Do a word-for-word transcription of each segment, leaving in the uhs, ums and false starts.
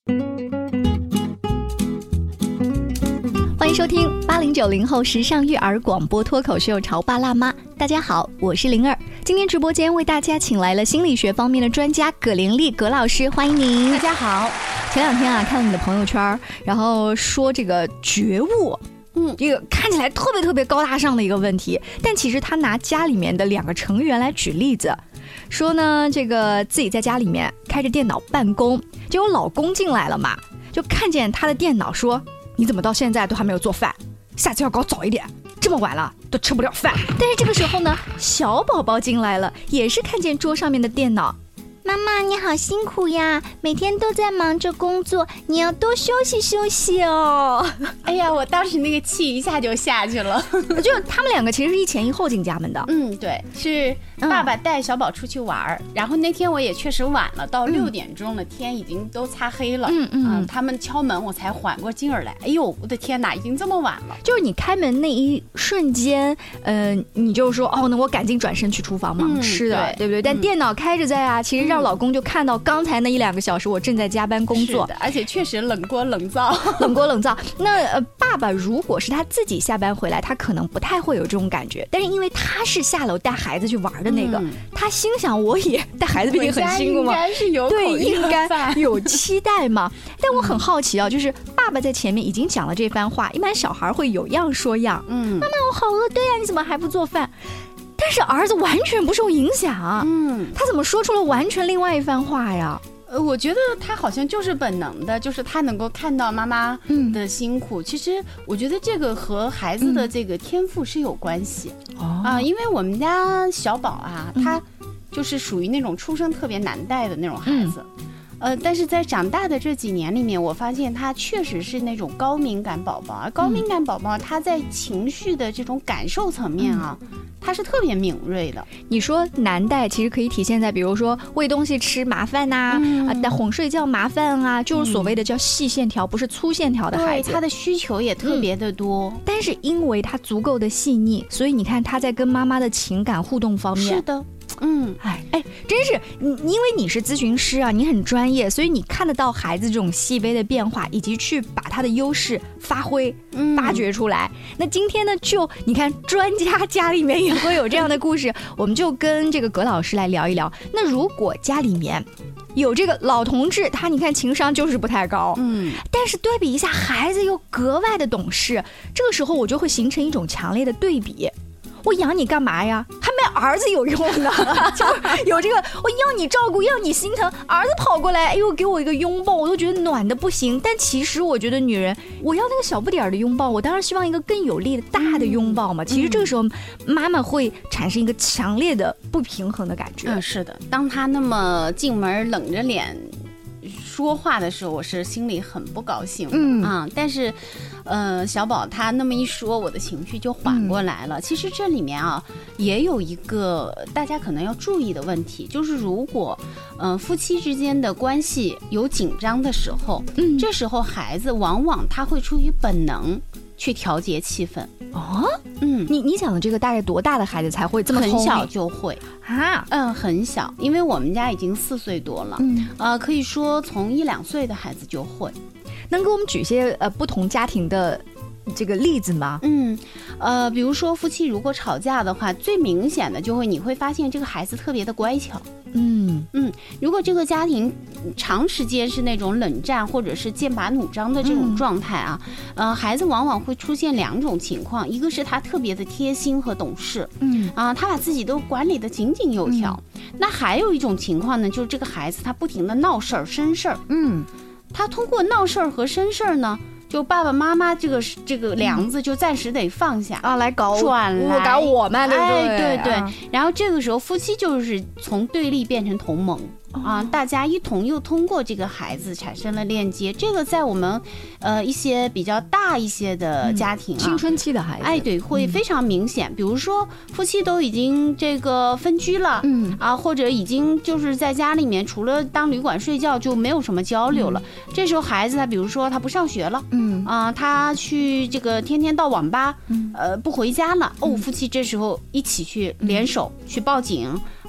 欢迎收听八零九零后时尚育儿广播脱口秀《潮爸辣妈》。大家好，我是灵儿。今天直播间为大家请来了心理学方面的专家葛玲丽葛老师，欢迎您。 大家好。 前两天啊，看了你的朋友圈，然后说这个觉悟，嗯，这个看起来特别特别高大上的一个问题，但其实他拿家里面的两个成员来举例子，说呢，这个自己在家里面开着电脑办公，结果老公进来了嘛，就看见他的电脑说。你怎么到现在都还没有做饭？下次要搞早一点，这么晚了都吃不了饭。但是这个时候呢，小宝宝进来了，也是看见桌上面的电脑。 妈妈你好辛苦呀，每天都在忙着工作，你要多休息休息哦。 哎呀，我当时那个气一下就下去了。 就他们两个其实是一前一后进家门的。 嗯，对，是爸爸带小宝出去玩、嗯、然后那天我也确实晚了，到六点钟了、嗯、天已经都擦黑了。嗯 嗯, 嗯他们敲门我才缓过劲儿来，哎呦我的天哪，已经这么晚了。 就是你开门那一瞬间呃，你就说哦，那我赶紧转身去厨房忙吃的、嗯、对, 对不对、嗯、但电脑开着在啊，其实让老公就看到刚才那一两个小时我正在加班工作。 是的，而且确实冷锅冷灶。 冷锅冷灶。那呃，爸爸如果是他自己下班回来，他可能不太会有这种感觉，但是因为他是下楼带孩子去玩的那个、嗯、他心想我也带孩子毕竟很辛苦嘛， 应该是有口对，应该饭有期待嘛。但我很好奇啊，就是爸爸在前面已经讲了这番话，一般小孩会有样说样，嗯，妈妈我好饿，对呀、啊，你怎么还不做饭？但是儿子完全不受影响，嗯，他怎么说出了完全另外一番话呀？ 呃，我觉得他好像就是本能的，就是他能够看到妈妈的辛苦、嗯、其实我觉得这个和孩子的这个天赋是有关系、嗯、啊，因为我们家小宝啊、嗯、他就是属于那种出生特别难带的那种孩子、嗯呃，但是在长大的这几年里面，我发现他确实是那种高敏感宝宝，而高敏感宝宝他在情绪的这种感受层面啊、嗯，他是特别敏锐的。 你说难带，其实可以体现在比如说喂东西吃麻烦呐、啊，嗯、啊，哄睡觉麻烦啊，就是所谓的叫细线条，不是粗线条的孩子， 对，他的需求也特别的多、嗯。 但是因为他足够的细腻，所以你看他在跟妈妈的情感互动方面， 是的。嗯， 哎哎，真是你，因为你是咨询师啊，你很专业，所以你看得到孩子这种细微的变化，以及去把他的优势发挥、发掘出来。嗯、那今天呢，就你看专家家里面也会有这样的故事，我们就跟这个葛老师来聊一聊。那如果家里面有这个老同志，他你看情商就是不太高，嗯，但是对比一下孩子又格外的懂事，这个时候我就会形成一种强烈的对比。我养你干嘛呀？还没儿子有用呢。就是有这个，我要你照顾，要你心疼，儿子跑过来，哎呦，给我一个拥抱，我都觉得暖的不行。但其实我觉得女人，我要那个小不点儿的拥抱，我当然希望一个更有力的大的拥抱嘛。嗯、其实这个时候，妈妈会产生一个强烈的不平衡的感觉。 嗯，是的。当他那么进门冷着脸说话的时候，我是心里很不高兴的。嗯啊，但是。呃，小宝他那么一说，我的情绪就缓过来了、嗯、其实这里面啊也有一个大家可能要注意的问题，就是如果呃夫妻之间的关系有紧张的时候，嗯，这时候孩子往往他会出于本能去调节气氛。 哦，嗯，你你讲的这个大概多大的孩子才会这么聪明？ 很小就会啊？嗯，很小，因为我们家已经四岁多了，嗯，呃，可以说从一两岁的孩子就会。 能给我们举一些呃不同家庭的这个例子吗？ 嗯，呃，比如说夫妻如果吵架的话，最明显的就会你会发现这个孩子特别的乖巧。嗯嗯，如果这个家庭长时间是那种冷战或者是剑拔弩张的这种状态啊，嗯、呃，孩子往往会出现两种情况，一个是他特别的贴心和懂事，嗯啊、呃，他把自己都管理得井井有条。嗯、那还有一种情况呢，就是这个孩子他不停的闹事儿、生事儿，嗯。他通过闹事儿和生事儿呢，就爸爸妈妈这个这个梁子就暂时得放下、 嗯、啊，来搞转来搞我们，对不对？ 哎、对对、 啊。 然后这个时候夫妻就是从对立变成同盟。啊，大家一同又通过这个孩子产生了链接，这个在我们呃一些比较大一些的家庭、啊嗯、 青春期的孩子， 哎，对，会非常明显。嗯、比如说夫妻都已经这个分居了，嗯啊，或者已经就是在家里面除了当旅馆睡觉就没有什么交流了。嗯、这时候孩子他比如说他不上学了，嗯啊，他去这个天天到网吧，嗯、呃不回家了，哦，夫妻这时候一起去联手、嗯、去报警。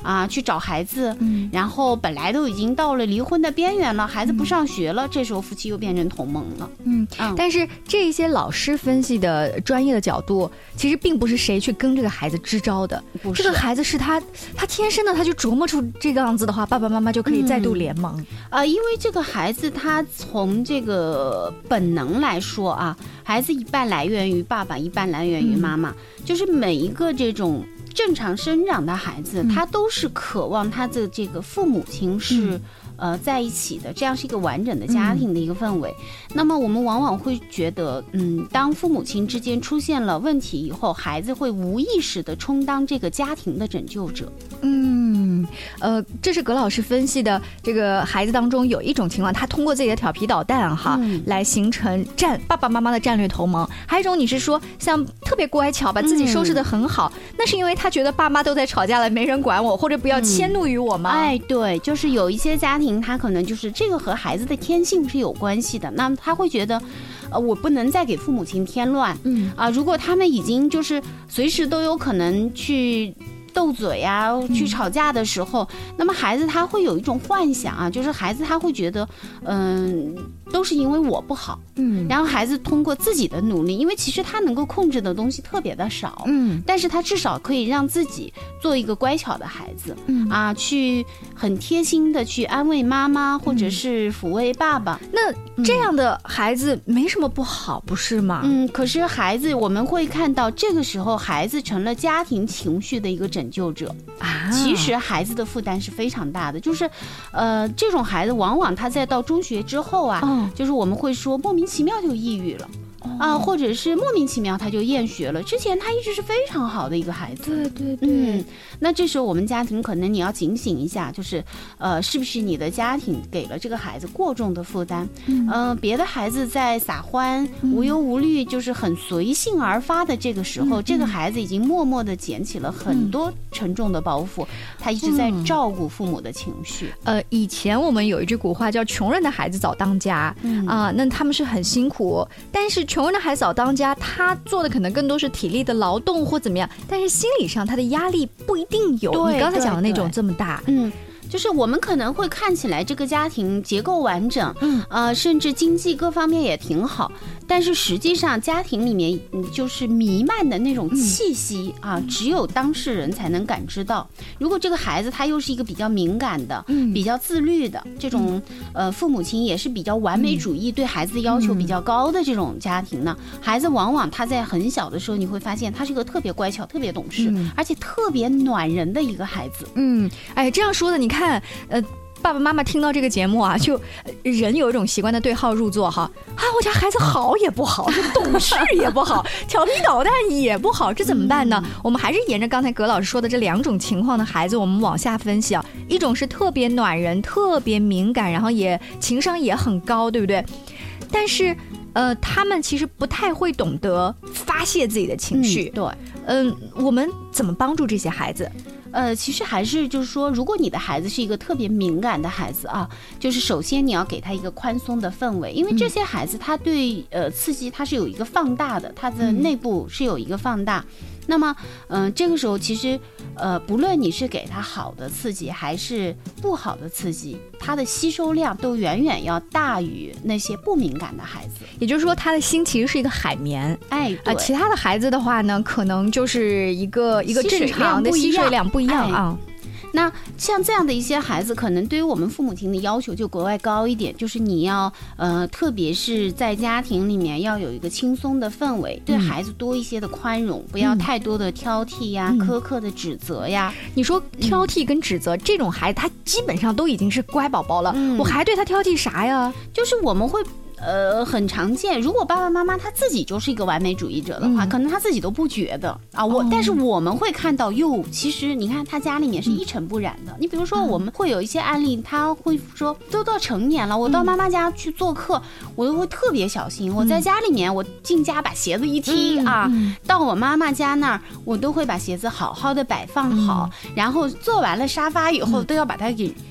啊，去找孩子，嗯，然后本来都已经到了离婚的边缘了，孩子不上学了，嗯，这时候夫妻又变成同盟了， 嗯，嗯但是这些老师分析的专业的角度，其实并不是谁去跟这个孩子支招的，不是这个孩子是他他天生的，他就琢磨出这个样子的话，爸爸妈妈就可以再度联盟， 啊、嗯呃，因为这个孩子他从这个本能来说啊，孩子一半来源于爸爸，一半来源于妈妈，嗯，就是每一个这种正常生长的孩子，嗯，他都是渴望他的这个父母亲是，嗯呃，在一起的，这样是一个完整的家庭的一个氛围。嗯，那么我们往往会觉得，嗯，当父母亲之间出现了问题以后，孩子会无意识地充当这个家庭的拯救者。 嗯，呃，这是葛老师分析的，这个孩子当中有一种情况，他通过自己的调皮捣蛋哈，嗯，来形成战爸爸妈妈的战略同盟。还有一种，你是说像特别乖巧，把自己收拾得很好，嗯，那是因为他觉得爸妈都在吵架了，没人管我，或者不要迁怒于我吗？ 嗯，哎，对，就是有一些家庭。他可能就是这个和孩子的天性是有关系的，那他会觉得呃，我不能再给父母亲添乱，嗯啊，如果他们已经就是随时都有可能去斗嘴啊，去吵架的时候，嗯，那么孩子他会有一种幻想啊，就是孩子他会觉得嗯，呃，都是因为我不好，嗯，然后孩子通过自己的努力，因为其实他能够控制的东西特别的少，嗯，但是他至少可以让自己做一个乖巧的孩子，嗯啊，去很贴心的去安慰妈妈，或者是抚慰爸爸， 嗯，那这样的孩子没什么不好，不是吗？ 嗯，可是孩子我们会看到这个时候孩子成了家庭情绪的一个拯救者啊，其实孩子的负担是非常大的，就是呃，这种孩子往往他在到中学之后啊，哦，就是我们会说莫名其妙就抑郁了啊，或者是莫名其妙他就厌学了，之前他一直是非常好的一个孩子， 对对对， 嗯，那这时候我们家庭可能你要警醒一下，就是呃，是不是你的家庭给了这个孩子过重的负担？嗯，呃，别的孩子在撒欢、嗯、无忧无虑，就是很随性而发的这个时候，嗯、这个孩子已经默默地捡起了很多沉重的包袱，嗯、他一直在照顾父母的情绪。 呃，以前我们有一句古话叫“穷人的孩子早当家”，啊、嗯呃，那他们是很辛苦，但是穷人的孩子早当家，他做的可能更多是体力的劳动或怎么样，但是心理上他的压力不一定有你刚才讲的那种这么大。 嗯，就是我们可能会看起来这个家庭结构完整，嗯，呃，甚至经济各方面也挺好，但是实际上家庭里面就是弥漫的那种气息、嗯、啊，只有当事人才能感知到。如果这个孩子他又是一个比较敏感的、嗯、比较自律的这种、嗯、呃父母亲也是比较完美主义、嗯、对孩子的要求比较高的这种家庭呢，孩子往往他在很小的时候你会发现他是个特别乖巧、特别懂事、嗯、而且特别暖人的一个孩子。 嗯，哎，这样说的你看。看，呃，爸爸妈妈听到这个节目啊，就人有一种习惯的对号入座哈啊，我家孩子好也不好，懂事也不好，调皮捣蛋也不好，这怎么办呢？嗯、我们还是沿着刚才葛老师说的这两种情况的孩子，我们往下分析啊。一种是特别暖人、特别敏感，然后也情商也很高，对不对？但是，呃，他们其实不太会懂得发泄自己的情绪。 嗯、对， 嗯、呃，我们怎么帮助这些孩子？ 呃，其实还是就是说，如果你的孩子是一个特别敏感的孩子啊，就是首先你要给他一个宽松的氛围，因为这些孩子他对呃刺激他是有一个放大的，他的内部是有一个放大。嗯、那么，嗯、呃，这个时候其实呃，不论你是给他好的刺激还是不好的刺激，他的吸收量都远远要大于那些不敏感的孩子。 也就是说，他的心其实是一个海绵， 哎， 啊、呃，其他的孩子的话呢，可能就是一个一个正常的吸水量不一样。一样啊， 那像这样的一些孩子，可能对于我们父母亲的要求就格外高一点，就是你要呃，特别是在家庭里面要有一个轻松的氛围，对孩子多一些的宽容，嗯、不要太多的挑剔呀、嗯、苛刻的指责呀。 你说挑剔跟指责，嗯、这种孩子他基本上都已经是乖宝宝了，嗯、我还对他挑剔啥呀？ 就是我们会。呃，很常见。如果爸爸妈妈他自己就是一个完美主义者的话，嗯、可能他自己都不觉得啊。我、哦、但是我们会看到，哟，其实你看他家里面是一尘不染的。嗯、你比如说，我们会有一些案例，他会说，都到成年了，我到妈妈家去做客，嗯、我都会特别小心。我在家里面，我进家把鞋子一踢、嗯、啊，嗯、到我妈妈家那儿，我都会把鞋子好好的摆放好，嗯、然后做完了沙发以后，嗯、都要把它给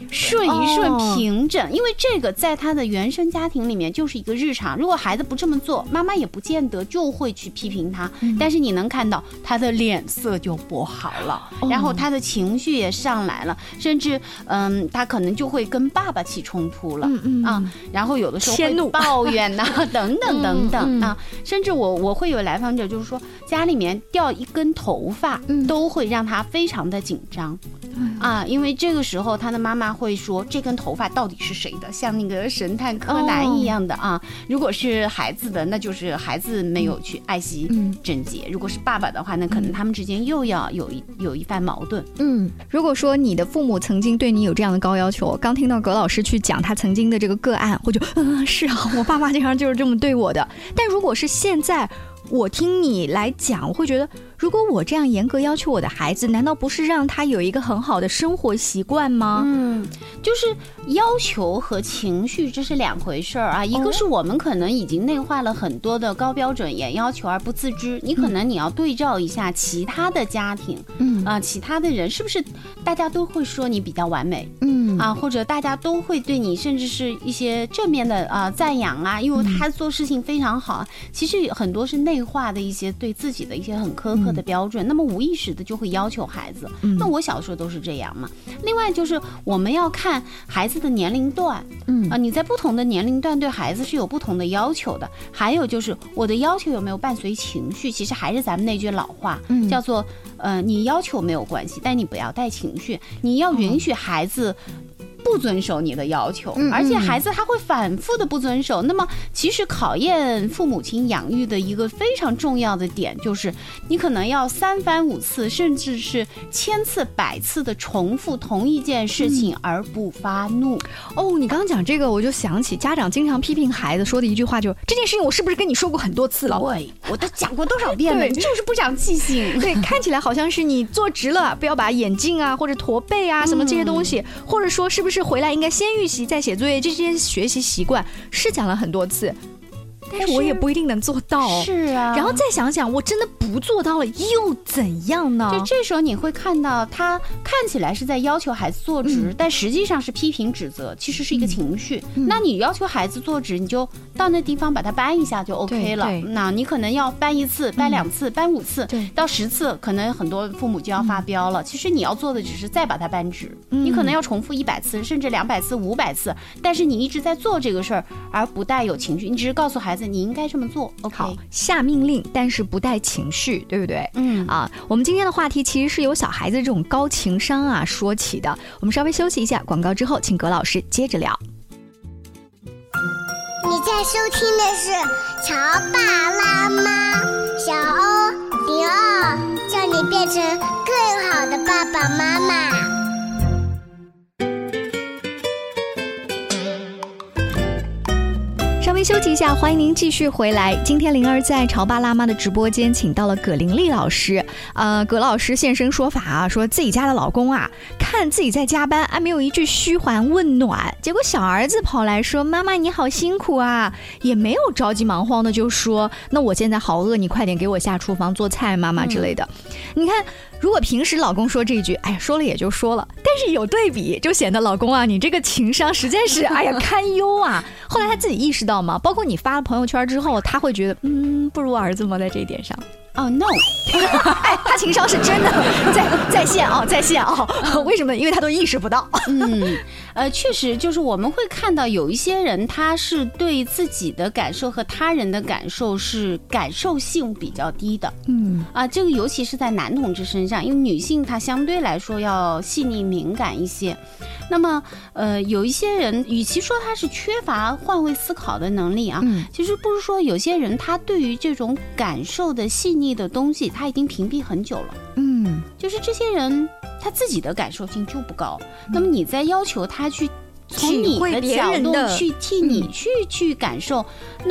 顺一顺平整，因为这个在他的原生家庭里面就是一个日常。如果孩子不这么做，妈妈也不见得就会去批评他，嗯、但是你能看到他的脸色就不好了，哦、然后他的情绪也上来了，甚至嗯，他可能就会跟爸爸起冲突了，嗯嗯啊，然后有的时候会抱怨呐、啊，等等等等啊，甚至我我会有来访者就是说，家里面掉一根头发都会让他非常的紧张。啊，因为这个时候他的妈妈会说这根头发到底是谁的，像那个神探柯南一样的啊。如果是孩子的，那就是孩子没有去爱惜整洁；如果是爸爸的话，那可能他们之间又要有一有一番矛盾。 嗯，如果说你的父母曾经对你有这样的高要求，刚听到葛老师去讲他曾经的这个个案，我就嗯是啊，我爸妈经常就是这么对我的。但如果是现在我听你来讲，我会觉得如果我这样严格要求我的孩子，难道不是让他有一个很好的生活习惯吗？ 嗯，就是要求和情绪这是两回事儿啊。一个是我们可能已经内化了很多的高标准严要求而不自知，你可能你要对照一下其他的家庭，嗯啊、呃，其他的人是不是大家都会说你比较完美，嗯啊，或者大家都会对你甚至是一些正面的啊、呃、赞扬啊，因为他做事情非常好。其实很多是内化的一些对自己的一些很苛刻的标准，嗯、那么无意识的就会要求孩子。嗯、那我小时候都是这样嘛。另外就是我们要看孩子的年龄段，嗯啊，你在不同的年龄段对孩子是有不同的要求的。还有就是我的要求有没有伴随情绪？其实还是咱们那句老话，嗯、叫做呃，你要求没有关系，但你不要带情绪，你要允许孩子不遵守你的要求，而且孩子他会反复的不遵守。那么其实考验父母亲养育的一个非常重要的点，就是你可能要三番五次甚至是千次百次的重复同一件事情而不发怒。 哦，你刚刚讲这个我就想起家长经常批评孩子说的一句话，就是这件事情我是不是跟你说过很多次了？ 对，我都讲过多少遍了，你就是不长记性。 对，看起来好像是你坐直了不要把眼镜啊或者驼背啊什么这些东西，嗯、或者说是不是是回来应该先预习再写作业，这些学习习惯是讲了很多次，但是我也不一定能做到。 是啊， 然后再想想我真的不做到了又怎样呢？ 就这时候你会看到他看起来是在要求孩子做直，嗯、但实际上是批评指责，其实是一个情绪。嗯、那你要求孩子做直，你就到那地方把它搬一下就 OK 了。那你可能要搬一次搬两次、嗯、搬五次到十次，可能很多父母就要发飙了。嗯、其实你要做的只是再把它搬直，嗯、你可能要重复一百次甚至两百次五百次，但是你一直在做这个事儿而不带有情绪，你只是告诉孩子你应该这么做。 OK， 好，下命令但是不带情绪，对不对？嗯啊，我们今天的话题其实是由小孩子这种高情商啊说起的。我们稍微休息一下，广告之后请葛老师接着聊。 你在收听的是乔爸拉妈，小欧零二，叫你变成更好的爸爸妈妈。 稍微休息一下，欢迎您继续回来。今天灵儿在潮爸辣妈的直播间请到了葛玲丽老师，呃，葛老师现身说法啊，说自己家的老公啊，看自己在加班，还没有一句嘘寒问暖，结果小儿子跑来说妈妈你好辛苦啊，也没有着急忙慌的就说那我现在好饿，你快点给我下厨房做菜妈妈之类的。嗯、你看如果平时老公说这句，哎，说了也就说了，但是有对比就显得老公啊，你这个情商实在是哎呀堪忧啊。后来他自己意识到吗？包括你发了朋友圈之后，他会觉得嗯不如儿子吗？在这一点上。 哦、oh, no 哎，他情商是真的在在线啊、哦，在线啊、哦！为什么？因为他都意识不到。 嗯，呃，确实就是我们会看到有一些人，他是对自己的感受和他人的感受是感受性比较低的。嗯啊，这个尤其是在男同志身上，因为女性她相对来说要细腻敏感一些。那么，呃，有一些人，与其说他是缺乏换位思考的能力啊，嗯、其实不如说有些人他对于这种感受的细腻的东西，他已经屏蔽很久了。嗯，就是这些人他自己的感受性就不高，嗯、那么你在要求他去从你的角度去替你去、嗯、去感受，那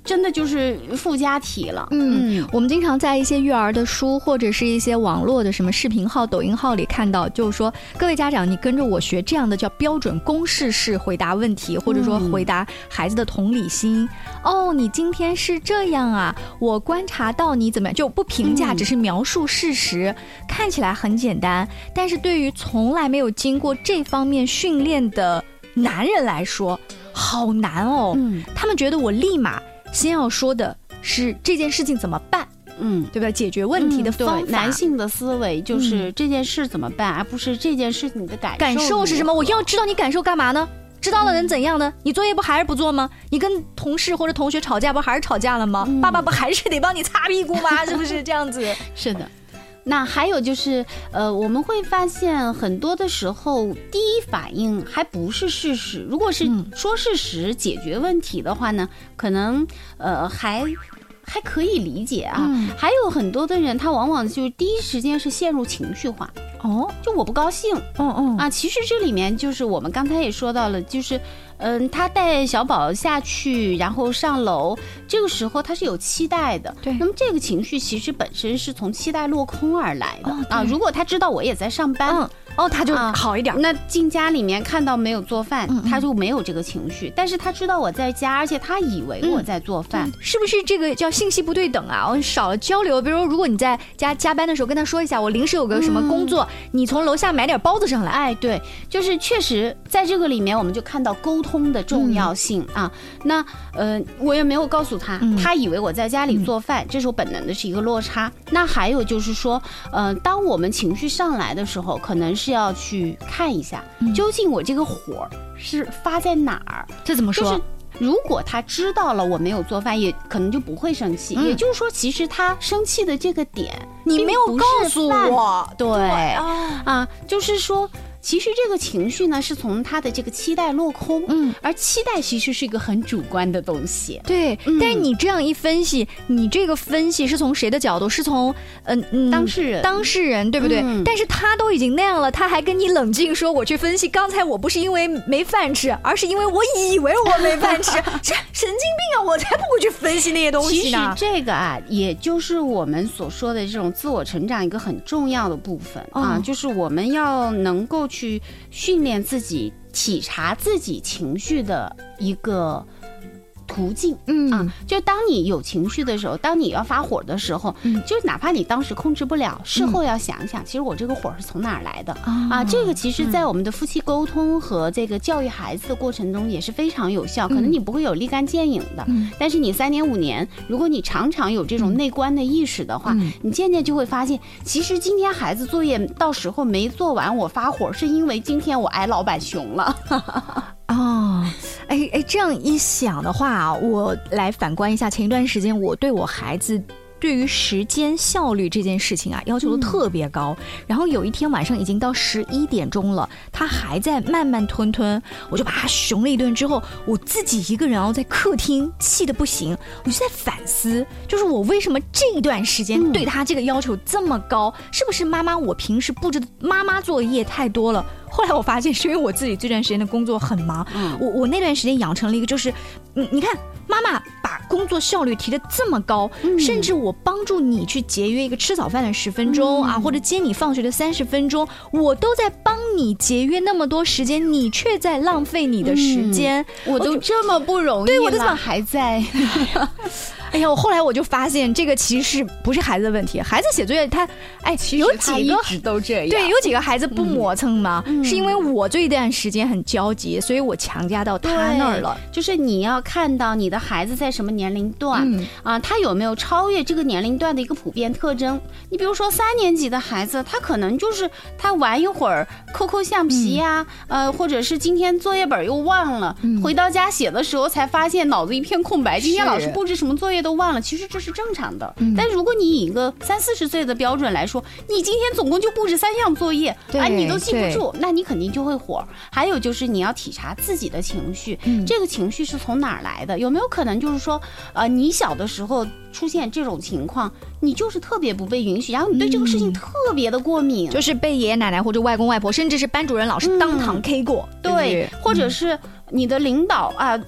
真的就是附加题了。 嗯，嗯我们经常在一些育儿的书或者是一些网络的什么视频号、抖音号里看到，就是说各位家长，你跟着我学这样的叫标准公式式回答问题，或者说回答孩子的同理心。嗯、哦，你今天是这样啊，我观察到你怎么样，就不评价，只是描述事实，嗯、看起来很简单，但是对于从来没有经过这方面训练的男人来说，好难哦。嗯，他们觉得我立马先要说的是这件事情怎么办，嗯，对吧？解决问题的方法。 嗯、男性的思维就是这件事怎么办，嗯、而不是这件事你的感受。 感受是什么？我要知道你感受干嘛呢？知道了能怎样呢？你作业不还是不做吗？你跟同事或者同学吵架不还是吵架了吗？嗯、爸爸不还是得帮你擦屁股吗？是不是这样子？ 是的。那还有就是，呃，我们会发现很多的时候，第一反应还不是事实。如果是说事实、解决问题的话呢，可能呃还还可以理解啊。嗯、还有很多的人，他往往就是第一时间是陷入情绪化。哦，就我不高兴。嗯嗯啊，其实这里面就是我们刚才也说到了，就是。嗯，他带小宝下去，然后上楼，这个时候他是有期待的。对，那么这个情绪其实本身是从期待落空而来的、哦、啊。如果他知道我也在上班，嗯、 哦，他就好一点、啊。 那进家里面看到没有做饭，嗯嗯他就没有这个情绪。但是他知道我在家，而且他以为我在做饭，嗯、 是不是这个叫信息不对等啊？我少了交流。比如说，如果你在家加班的时候跟他说一下，我临时有个什么工作，嗯、你从楼下买点包子上来。 哎，对，就是确实在这个里面，我们就看到沟通的重要。嗯性啊，那呃，我也没有告诉他，嗯、他以为我在家里做饭，嗯、这时候本能的是一个落差。那还有就是说，呃，当我们情绪上来的时候，可能是要去看一下，嗯、究竟我这个火是发在哪儿？ 这怎么说？ 就是如果他知道了我没有做饭，也可能就不会生气。嗯、也就是说，其实他生气的这个点， 你没有告诉我。 对, 对啊, 啊，就是说。其实这个情绪呢，是从他的这个期待落空，嗯，而期待其实是一个很主观的东西， 对。嗯、但是你这样一分析，你这个分析是从谁的角度？是从嗯、呃、嗯当事人， 当事人对不对？嗯、但是他都已经那样了，他还跟你冷静说，我去分析，刚才我不是因为没饭吃，而是因为我以为我没饭吃，这神经病啊！我才不会去分析那些东西呢。 其实这个啊，也就是我们所说的这种自我成长一个很重要的部分、哦、啊，就是我们要能够去训练自己体察自己情绪的一个途径，嗯啊，就当你有情绪的时候，当你要发火的时候，嗯，就是哪怕你当时控制不了，事后要想一想，嗯、其实我这个火是从哪儿来的、哦、啊？这个其实，在我们的夫妻沟通和这个教育孩子的过程中也是非常有效。嗯、可能你不会有立竿见影的，嗯、但是你三年五年，如果你常常有这种内观的意识的话，嗯、你渐渐就会发现，其实今天孩子作业到时候没做完，我发火是因为今天我挨老板熊了。 哦，哎哎，这样一想的话啊，我来反观一下，前一段时间我对我孩子对于时间效率这件事情啊，要求都特别高。嗯、然后有一天晚上已经到十一点钟了，他还在慢慢吞吞，我就把他熊了一顿之后，我自己一个人哦在客厅气得不行，我就在反思，就是我为什么这一段时间对他这个要求这么高？嗯、是不是妈妈我平时布置的妈妈作业太多了？后来我发现是因为我自己这段时间的工作很忙，嗯、我我那段时间养成了一个就是，嗯，你看妈妈把工作效率提得这么高，嗯、甚至我帮助你去节约一个吃早饭的十分钟、嗯、啊，或者接你放学的三十分钟，我都在帮你节约那么多时间，你却在浪费你的时间， 嗯、我都这么不容易了， 对我的怎么还在？ 哎呀，我后来我就发现，这个其实不是孩子的问题。孩子写作业他，哎，有几个一直都这样， 对，有几个孩子不磨蹭吗？嗯、是因为我这一段时间很焦急，所以我强加到他那儿了。 就是你要看到你的孩子在什么年龄段、嗯、啊，他有没有超越这个年龄段的一个普遍特征。你比如说三年级的孩子，他可能就是他玩一会儿抠抠橡皮呀、啊，嗯、呃，或者是今天作业本又忘了，嗯、回到家写的时候才发现脑子一片空白，今天老师布置什么作业都忘了，其实这是正常的。嗯、但如果你以一个三四十岁的标准来说，你今天总共就布置三样作业，啊，你都记不住，那你肯定就会火。还有就是你要体察自己的情绪，嗯、这个情绪是从哪儿来的？有没有可能就是说，呃，你小的时候出现这种情况，你就是特别不被允许，然后你对这个事情特别的过敏， 嗯、就是被爷爷奶奶或者外公外婆，甚至是班主任老师当堂 K 过， 嗯、对， 对， 或者是你的领导啊。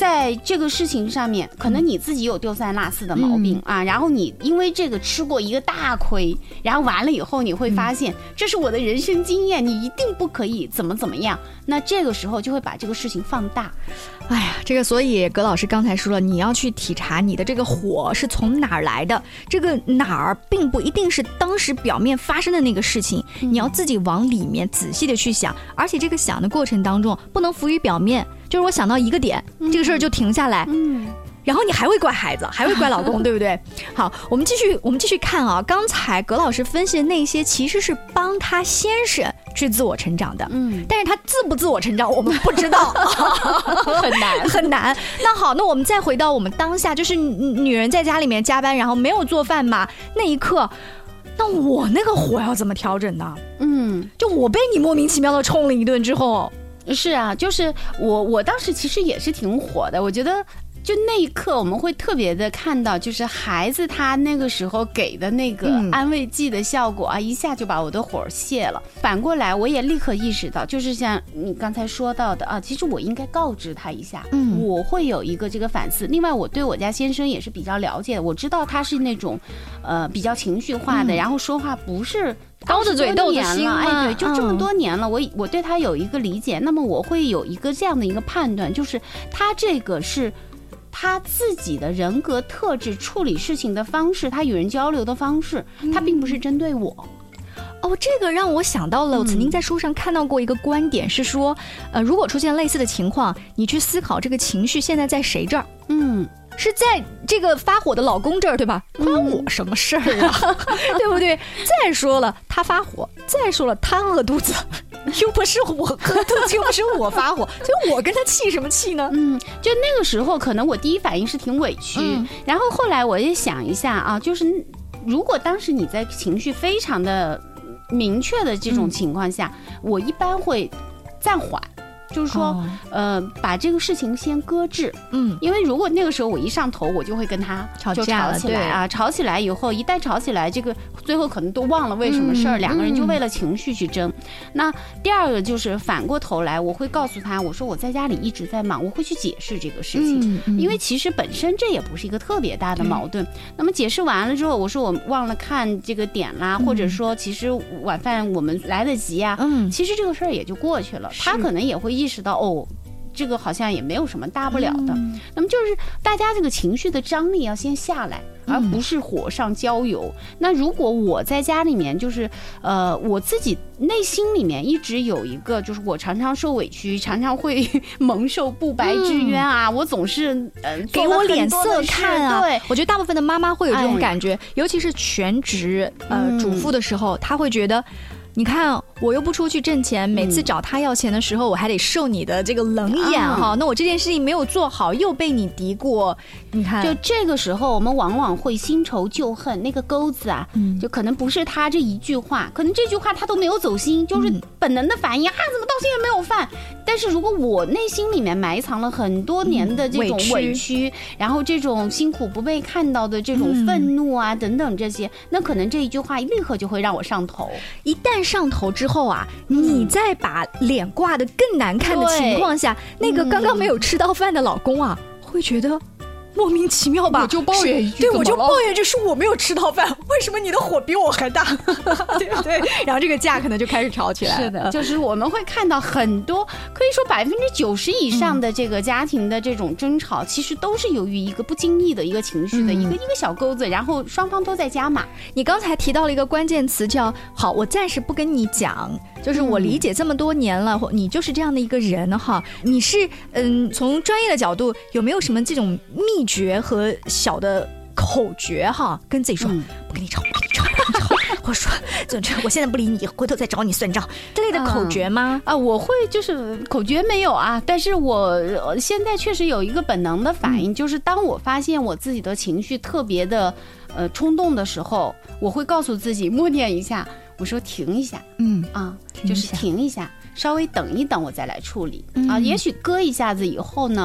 在这个事情上面，可能你自己有丢三落四的毛病、嗯、啊，然后你因为这个吃过一个大亏，然后完了以后你会发现、嗯、这是我的人生经验，你一定不可以怎么怎么样，那这个时候就会把这个事情放大。 哎呀，这个所以葛老师刚才说了，你要去体察你的这个火是从哪儿来的，这个哪儿并不一定是当时表面发生的那个事情、嗯、你要自己往里面仔细的去想，而且这个想的过程当中不能浮于表面，就是我想到一个点、嗯、这个事儿就停下来，嗯，然后你还会怪孩子，还会怪老公对不对？好，我们继续我们继续看啊，刚才葛老师分析的那些其实是帮他先生去自我成长的，嗯，但是他自不自我成长我们不知道很难很难。那好，那我们再回到我们当下，就是女人在家里面加班然后没有做饭嘛，那一刻那我那个火要怎么调整呢？嗯，就我被你莫名其妙的冲了一顿之后， 是啊，就是我我当时其实也是挺火的，我觉得就那一刻我们会特别的看到，就是孩子他那个时候给的那个安慰剂的效果啊、嗯、一下就把我的火泄了。反过来我也立刻意识到，就是像你刚才说到的啊，其实我应该告知他一下，嗯，我会有一个这个反思。另外我对我家先生也是比较了解的，我知道他是那种呃比较情绪化的、嗯、然后说话不是刀子嘴豆子心了， 哎，对，就这么多年了、嗯、我我对他有一个理解，那么我会有一个这样的一个判断，就是他这个是他自己的人格特质，处理事情的方式，他与人交流的方式，他并不是针对我。 哦，这个让我想到了，我曾经在书上看到过一个观点，是说，呃，如果出现类似的情况，你去思考这个情绪现在在谁这儿？嗯，是在这个发火的老公这儿，对吧？关我什么事儿啊？对不对？再说了，他发火；再说了，他饿肚子。又不是我饿肚子，又不是我发火，所以我跟他气什么气呢？ 嗯，就那个时候，可能我第一反应是挺委屈，嗯、然后后来我也想一下啊，就是如果当时你在情绪非常的明确的这种情况下，嗯、我一般会暂缓。就是说、哦、呃把这个事情先搁置，嗯，因为如果那个时候我一上头，我就会跟他吵架了， 吵起来啊，吵起来以后，一旦吵起来，这个最后可能都忘了为什么事儿、嗯，两个人就为了情绪去争、嗯。那第二个就是反过头来，我会告诉他，我说我在家里一直在忙，我会去解释这个事情、嗯嗯，因为其实本身这也不是一个特别大的矛盾。那么解释完了之后，我说我忘了看这个点啦，嗯、或者说其实晚饭我们来得及啊，嗯，其实这个事儿也就过去了，他可能也会意识到哦，这个好像也没有什么大不了的、嗯、那么就是大家这个情绪的张力要先下来，而不是火上浇油、嗯、那如果我在家里面就是呃我自己内心里面一直有一个，就是我常常受委屈，常常会蒙受不白之冤啊、嗯、我总是呃给我脸色看啊。 对， 我觉得大部分的妈妈会有这种感觉、哎、尤其是全职呃、嗯、主妇的时候，她会觉得你看我又不出去挣钱，每次找他要钱的时候我还得受你的这个冷眼哈、嗯，那我这件事情没有做好又被你嘀咕，你看就这个时候我们往往会新仇旧恨，那个钩子啊、嗯、就可能不是他这一句话，可能这句话他都没有走心，就是本能的反应、嗯、啊怎么到现在没有饭，但是如果我内心里面埋藏了很多年的这种委屈、嗯、委屈然后这种辛苦不被看到的这种愤怒啊、嗯、等等这些，那可能这一句话立刻就会让我上头， 一旦上头之后啊，你再把脸挂得更难看的情况下，那个刚刚没有吃到饭的老公啊、嗯、会觉得莫名其妙吧， 我就抱怨一句， 对，我就抱怨这是我没有吃到饭，为什么你的火比我还大对不对？然后这个架可能就开始吵起来了。 是的，就是我们会看到很多，可以说百分之九十以上的这个家庭的这种争吵、嗯、其实都是由于一个不经意的一个情绪的、嗯、一个一个小钩子，然后双方都在加码。 你刚才提到了一个关键词叫好，我暂时不跟你讲，就是我理解这么多年了、嗯、你就是这样的一个人哈，你是嗯，从专业的角度有没有什么这种秘诀和小的口诀哈，跟自己说、嗯、不跟你吵，不跟你吵，不跟你吵或者说我现在不理你，回头再找你算账之类的口诀吗？ 啊、呃，我会就是口诀没有啊，但是我现在确实有一个本能的反应、嗯、就是当我发现我自己的情绪特别的呃冲动的时候，我会告诉自己默念一下，我说停一下，嗯啊，就是停一下，稍微等一等我再来处理、嗯、啊，也许搁一下子以后呢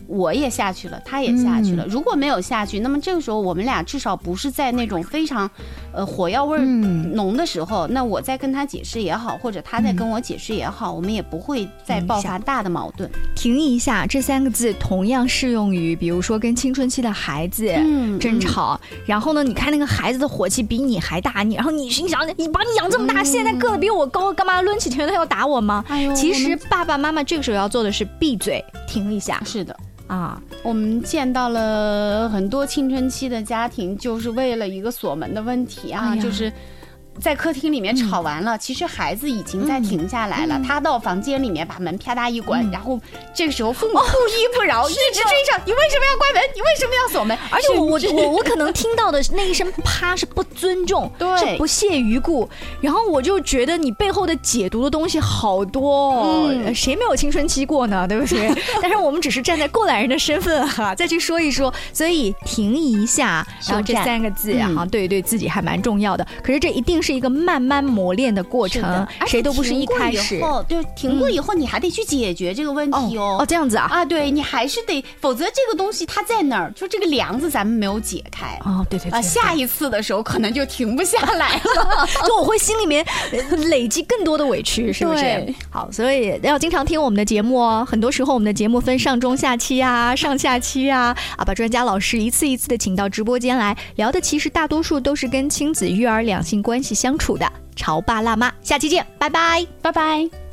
我也下去了，他也下去了。如果没有下去，那么这个时候我们俩至少不是在那种非常呃火药味浓的时候，那我在跟他解释也好，或者他在跟我解释也好，我们也不会再爆发大的矛盾。 停一下这三个字同样适用于比如说跟青春期的孩子争吵、嗯嗯、然后呢你看那个孩子的火气比你还大，你然后你心想你把你养这么大、嗯、现在个子比我高，干嘛抡起拳头要打我吗？哎呦，其实爸爸妈妈这个时候要做的是闭嘴停一下。 是的啊， 我们见到了很多青春期的家庭，就是为了一个锁门的问题啊、哎、就是在客厅里面吵完了、嗯、其实孩子已经在停下来了、嗯、他到房间里面把门啪嗒一关、嗯、然后这个时候父母不依不饶、哦、一直追上你为什么要关门，你为什么要锁门， 而且我我我我可能听到的那一声啪是不尊重， 对， 是不屑于顾，然后我就觉得你背后的解读的东西好多、哦嗯、谁没有青春期过呢，对不对？但是我们只是站在过来人的身份哈、啊，再去说一说，所以停一下，然后这三个字哈、嗯，对对自己还蛮重要的，可是这一定是是一个慢慢磨练的过程，谁都不是一开始。 对，停过以后你还得去解决这个问题哦。 哦，这样子啊？ 啊，对，你还是得，否则这个东西它在哪儿？就这个梁子咱们没有解开。 哦，对对对。啊， 下一次的时候可能就停不下来了， 就我会心里面累积更多的委屈，是不是？ 对。 好，所以要经常听我们的节目哦。很多时候我们的节目分上中下期啊，上下期啊，啊，把专家老师一次一次的请到直播间来聊的，其实大多数都是跟亲子育儿两性关系相处的潮爸辣妈。下期见，拜拜， 拜拜。